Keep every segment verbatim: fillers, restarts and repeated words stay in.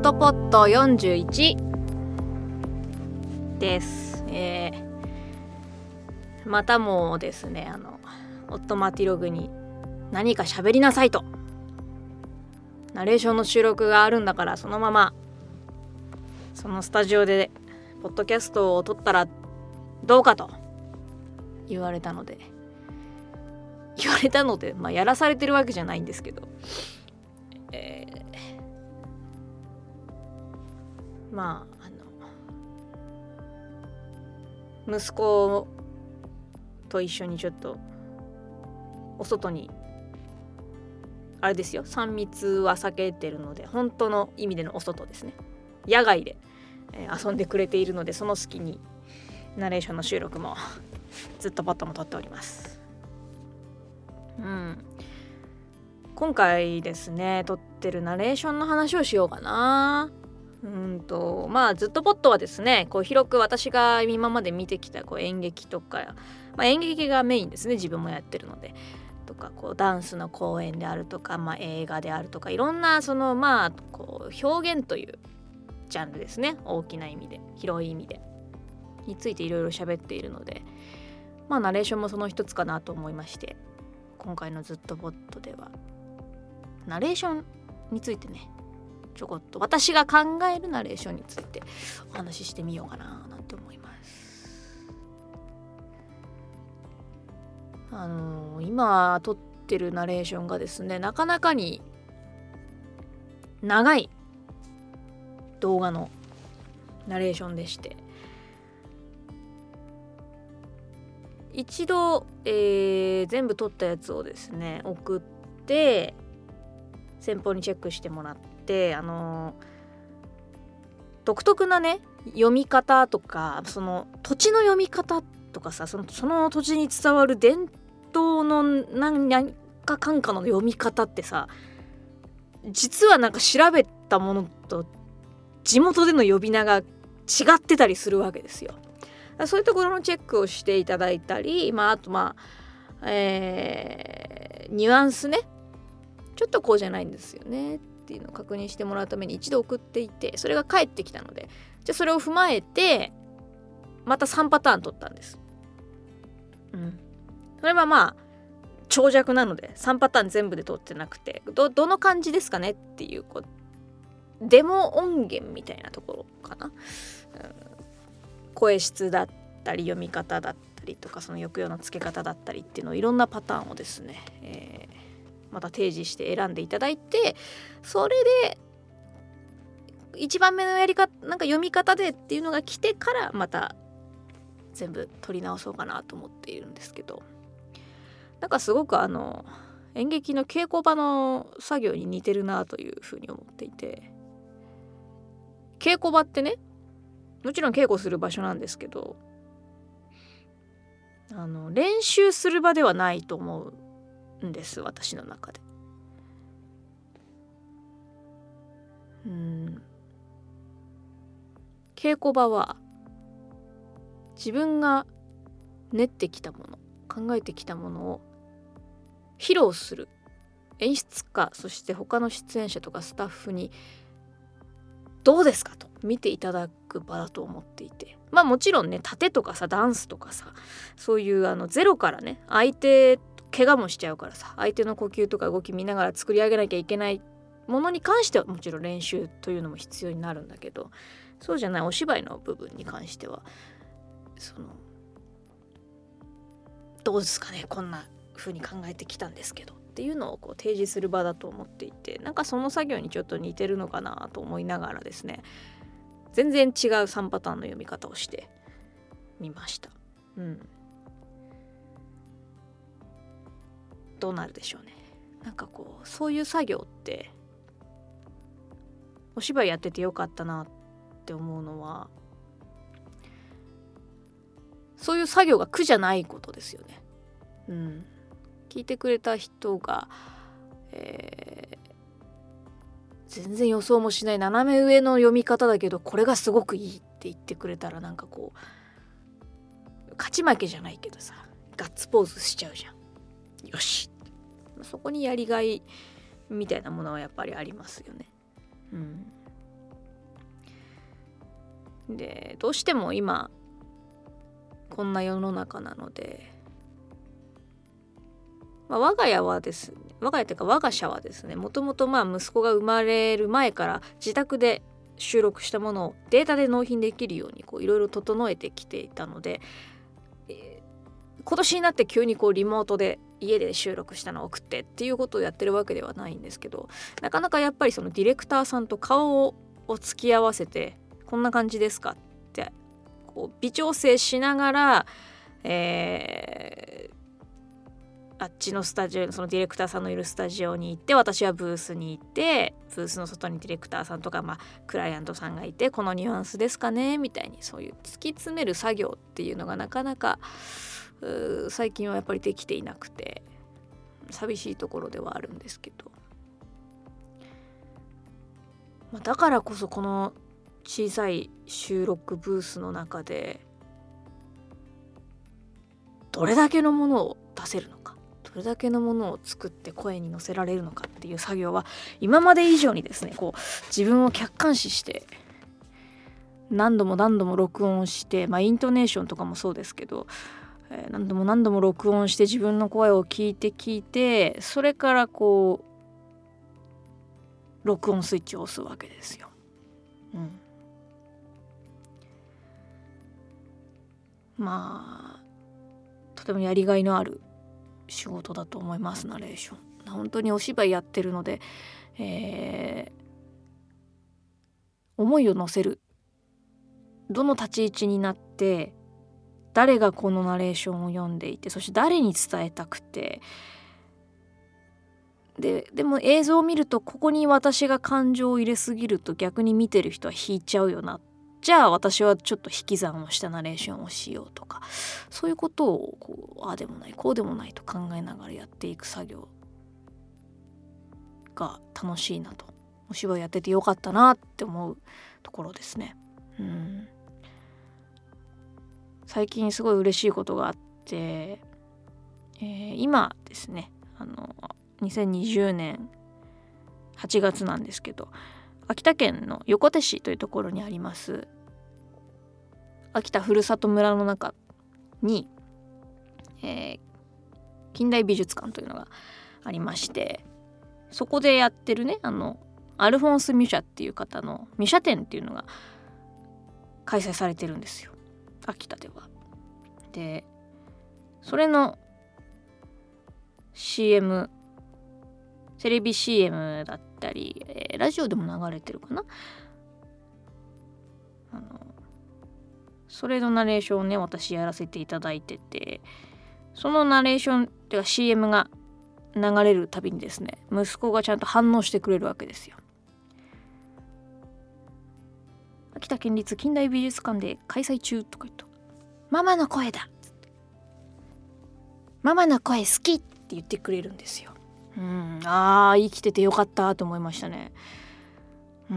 トポットよんじゅういちです、えー、またもですねあのオットマティログに何か喋りなさいと、ナレーションの収録があるんだからそのままそのスタジオでポッドキャストを撮ったらどうかと言われたので言われたのでまあやらされてるわけじゃないんですけど、えー、まああの息子と一緒にちょっとお外にあれですよ、さん密は避けてるので本当の意味でのお外ですね、野外で、えー、遊んでくれているのでその隙にナレーションの収録もずっとポットも撮っております。うん、今回ですね撮ってるナレーションの話をしようかな。うんとまあずっとポットはですねこう広く私が今まで見てきたこう演劇とか、まあ、演劇がメインですね、自分もやってるのでとかこうダンスの公演であるとか、まあ、映画であるとかいろんなそのまあこう表現というジャンルですね、大きな意味で広い意味でについていろいろ喋っているので、まあナレーションもその一つかなと思いまして、今回のずっとポットではナレーションについてねちょこっと私が考えるナレーションについてお話ししてみようかななんて思います。あのー、今撮ってるナレーションがですねなかなかに長い動画のナレーションでして、一度、えー、全部撮ったやつをですね送って先方にチェックしてもらって、あのー、独特なね読み方とかその土地の読み方とかさ、その、その土地に伝わる伝統の何かかんかの読み方ってさ、実はなんか調べたものと地元での呼び名が違ってたりするわけですよ。そういうところのチェックをしていただいたり、まあ、あとまあ、えー、ニュアンスねちょっとこうじゃないんですよねっていうのを確認してもらうために一度送っていて、それが返ってきたのでじゃあそれを踏まえてまたさんパターン取ったんです。うん、それはまあ長尺なのでさんパターン全部で取ってなくて ど, どの感じですかねっていう、こうデモ音源みたいなところかな、うん、声質だったり読み方だったりとかその抑揚の付け方だったりっていうのをいろんなパターンをですね、えー、また提示して選んでいただいて、それでいちばんめのやり方なんか読み方でっていうのが来てからまた全部取り直そうかなと思っているんですけど、なんかすごくあの演劇の稽古場の作業に似てるなというふうに思っていて、稽古場ってねもちろん稽古する場所なんですけど、あの練習する場ではないと思うんです私の中で。うーん稽古場は自分が練ってきたもの考えてきたものを披露する演出家、そして他の出演者とかスタッフにどうですかと見ていただく場だと思っていて、まあもちろんね盾とかさダンスとかさそういうあのゼロからね相手怪我もしちゃうからさ相手の呼吸とか動き見ながら作り上げなきゃいけないものに関してはもちろん練習というのも必要になるんだけど、そうじゃないお芝居の部分に関してはそのどうですかねこんな風に考えてきたんですけどっていうのをこう提示する場だと思っていて、なんかその作業にちょっと似てるのかなと思いながらですね全然違うさんパターンの読み方をしてみました。うん、どうなるでしょうね。なんかこうそういう作業ってお芝居やっててよかったなって思うのはそういう作業が苦じゃないことですよね。うん、聞いてくれた人が、えー、全然予想もしない斜め上の読み方だけどこれがすごくいいって言ってくれたらなんかこう勝ち負けじゃないけどさガッツポーズしちゃうじゃん。よし、そこにやりがいみたいなものはやっぱりありますよね。うん、 でどうしても今こんな世の中なので、まあ、我が家はですね我が家というか我が社はですねもともとまあ息子が生まれる前から自宅で収録したものをデータで納品できるようにこういろいろ整えてきていたので、えー、今年になって急にこうリモートで家で収録したのを送ってっていうことをやってるわけではないんですけど、なかなかやっぱりそのディレクターさんと顔を突き合わせてこんな感じですかってこう微調整しながら、えー、あっちのスタジオそのディレクターさんのいるスタジオに行って、私はブースに行って、ブースの外にディレクターさんとか、まあ、クライアントさんがいて、このニュアンスですかねみたいにそういう突き詰める作業っていうのがなかなか最近はやっぱりできていなくて寂しいところではあるんですけど、まあ、だからこそこの小さい収録ブースの中でどれだけのものを出せるのか、どれだけのものを作って声に乗せられるのかっていう作業は今まで以上にですねこう自分を客観視して何度も何度も録音して、まあイントネーションとかもそうですけど、えー、何度も何度も録音して自分の声を聞いて聞いて、それからこう録音スイッチを押すわけですよ。うん、まあとてもやりがいのある仕事だと思います。ナレーション本当にお芝居やってるので、えー、思いを乗せる、どの立ち位置になって誰がこのナレーションを読んでいて、そして誰に伝えたくて、ででも映像を見るとここに私が感情を入れすぎると逆に見てる人は引いちゃうよな、じゃあ私はちょっと引き算をしたナレーションをしようとか、そういうことをこうああでもないこうでもないと考えながらやっていく作業が楽しいなと、お芝居やっててよかったなって思うところですね。うん、最近すごい嬉しいことがあって、えー、今ですねあのにせんにじゅうねんはちがつなんですけど、秋田県の横手市というところにあります秋田ふるさと村の中に、えー、近代美術館というのがありまして、そこでやってるねあのアルフォンス・ミュシャっていう方のミュシャ展っていうのが開催されてるんですよ、秋田では。でそれの シーエム テレビ シーエム だったり、えー、ラジオでも流れてるかな、あのそれのナレーションをね私やらせていただいてて、そのナレーションっていうか シーエム が流れるたびにですね息子がちゃんと反応してくれるわけですよ。秋田県立近代美術館で開催中とか言うと、ママの声だっつって、ママの声好きって言ってくれるんですよ。うん、あー生きててよかったと思いましたね。うん、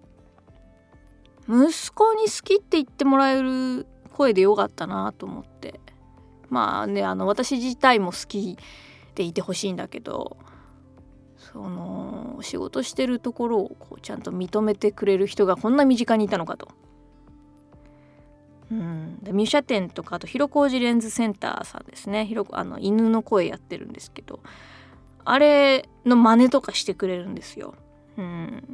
息子に好きって言ってもらえる声でよかったなと思って、まあねあの私自体も好きでいてほしいんだけど、その仕事してるところをこうちゃんと認めてくれる人がこんな身近にいたのかと。うん、でミュシャ展とかあと広小路レンズセンターさんですね、広あの犬の声やってるんですけど、あれの真似とかしてくれるんですよ。うん、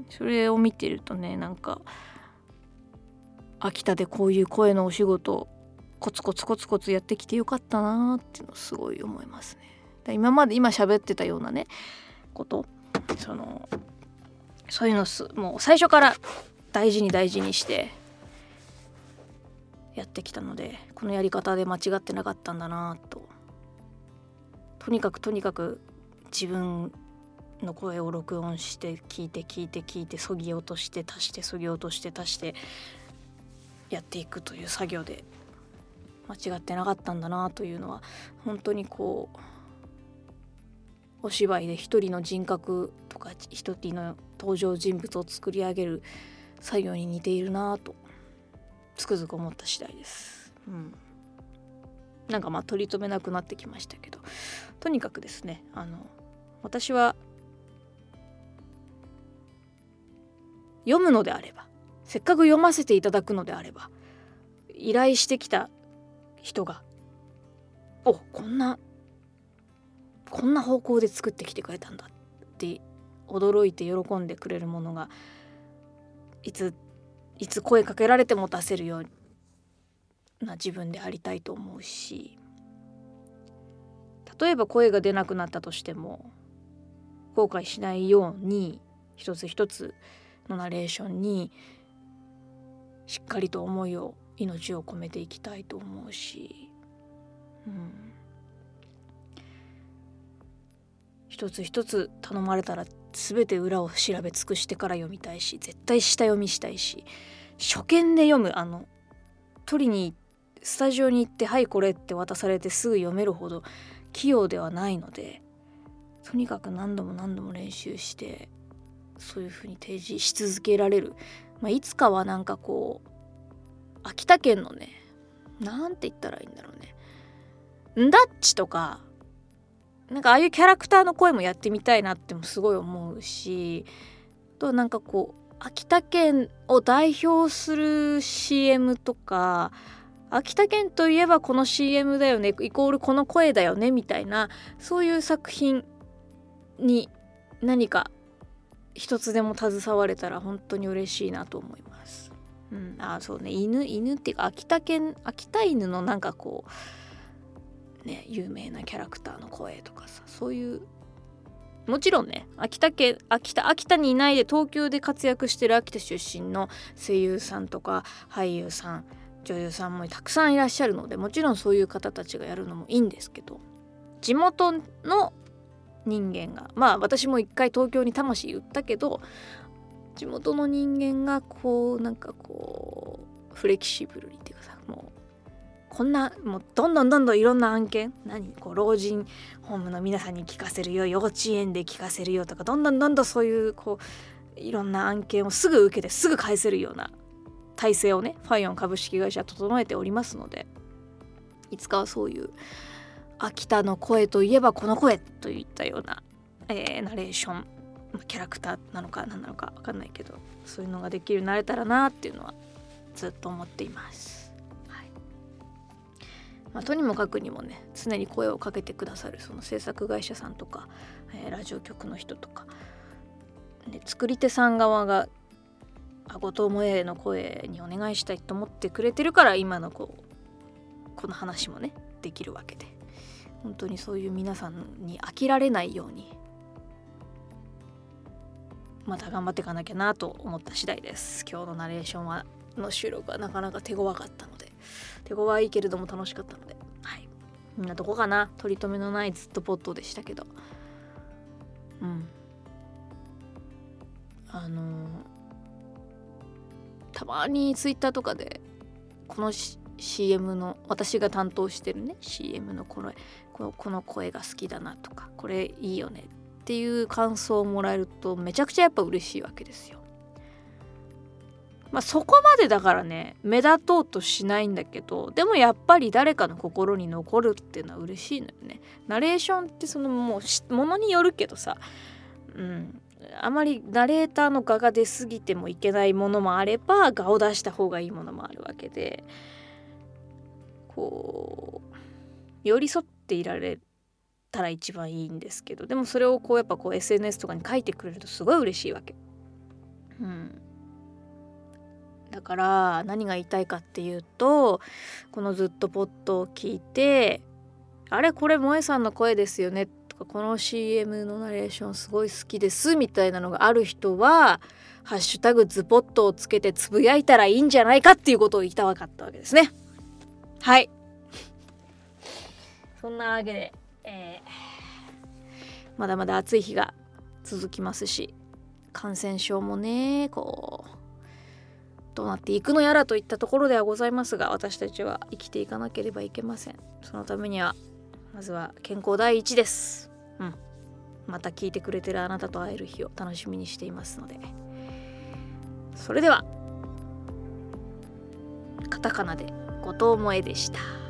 それを見てるとねなんか秋田でこういう声のお仕事コツコツコツコツやってきてよかったなっていうのをすごい思いますね。で今まで今喋ってたようなねことそのそういうのすもう最初から大事に大事にしてやってきたので、このやり方で間違ってなかったんだなと。とにかくとにかく自分の声を録音して聞いて聞いて聞いてそぎ落として足してそぎ落として足してやっていくという作業で間違ってなかったんだなというのは、本当にこうお芝居で一人の人格とか一人の登場人物を作り上げる作業に似ているなとつくづく思った次第です。うん、なんかまあ取り留めなくなってきましたけど、とにかくですねあの私は読むのであればせっかく読ませていただくのであれば、依頼してきた人がおこんなこんな方向で作ってきてくれたんだって驚いて喜んでくれるものがいついつ声かけられても出せるような自分でありたいと思うし、例えば声が出なくなったとしても後悔しないように一つ一つのナレーションにしっかりと思いを命を込めていきたいと思うし、うん、一つ一つ頼まれたら全て裏を調べ尽くしてから読みたいし、絶対下読みしたいし、初見で読む、あの取りにスタジオに行ってはいこれって渡されてすぐ読めるほど器用ではないので、とにかく何度も何度も練習してそういう風に提示し続けられる、まあ、いつかはなんかこう秋田県のね、なんて言ったらいいんだろうね、んだっちとかなんかああいうキャラクターの声もやってみたいなってもすごい思うし、あとなんかこう秋田県を代表する シーエム とか、秋田県といえばこの シーエム だよねイコールこの声だよねみたいな、そういう作品に何か一つでも携われたら本当に嬉しいなと思います。うん、あそうね、犬犬っていうか秋田県秋田犬のなんかこうね有名なキャラクターの声とかさ、そういうもちろんね秋田県秋田秋田にいないで東京で活躍してる秋田出身の声優さんとか俳優さん女優さんもたくさんいらっしゃるので、もちろんそういう方たちがやるのもいいんですけど、地元の人間がまあ私も一回東京に魂売ったけど、地元の人間がこうなんかこうフレキシブルにっていうかさ、もうこんなもうどんどんどんどんいろんな案件、何こう老人ホームの皆さんに聞かせるよ、幼稚園で聞かせるよとか、どんどんどんどんそういうこういろんな案件をすぐ受けてすぐ返せるような体制をねファイオン株式会社は整えておりますので、いつかはそういう秋田の声といえばこの声といったような、えー、ナレーションキャラクターなのか何なのか分かんないけど、そういうのができるようになれたらなっていうのはずっと思っています、はい。まあ、とにもかくにもね常に声をかけてくださるその制作会社さんとか、えー、ラジオ局の人とか、ね、作り手さん側が後藤萌えの声にお願いしたいと思ってくれてるから今のこうこの話もねできるわけで、本当にそういう皆さんに飽きられないようにまた頑張っていかなきゃなと思った次第です。今日のナレーションはの収録はなかなか手強かったので、手強いけれども楽しかったので、はい、みんなどこかな、取り留めのないずっとポットでしたけど、うんあのー、たまにツイッターとかでこの シーエム の私が担当してるね シーエム のこのこのこの声が好きだなとか、これいいよねっていう感想をもらえるとめちゃくちゃやっぱ嬉しいわけですよ。まあそこまでだからね目立とうとしないんだけど、でもやっぱり誰かの心に残るっていうのは嬉しいのよね。ナレーションってそのもうものによるけどさ、うんあまりナレーターの画が出過ぎてもいけないものもあれば、画を出した方がいいものもあるわけで、こう寄り添っていられたら一番いいんですけど、でもそれをこうやっぱこう エスエヌエス とかに書いてくれるとすごい嬉しいわけ。うん。だから何が言いたいかっていうと、このずっとポットを聞いて、あれこれ萌えさんの声ですよねとか、この シーエム のナレーションすごい好きですみたいなのがある人はハッシュタグズポットをつけてつぶやいたらいいんじゃないかっていうことを言いたかったわけですね。はいそんなわけで、えー、まだまだ暑い日が続きますし、感染症もねこうどうなっていくのやらといったところではございますが、私たちは生きていかなければいけません。そのためにはまずは健康第一です。うん。また聞いてくれてるあなたと会える日を楽しみにしていますので、それではカタカナで後藤萌えでした。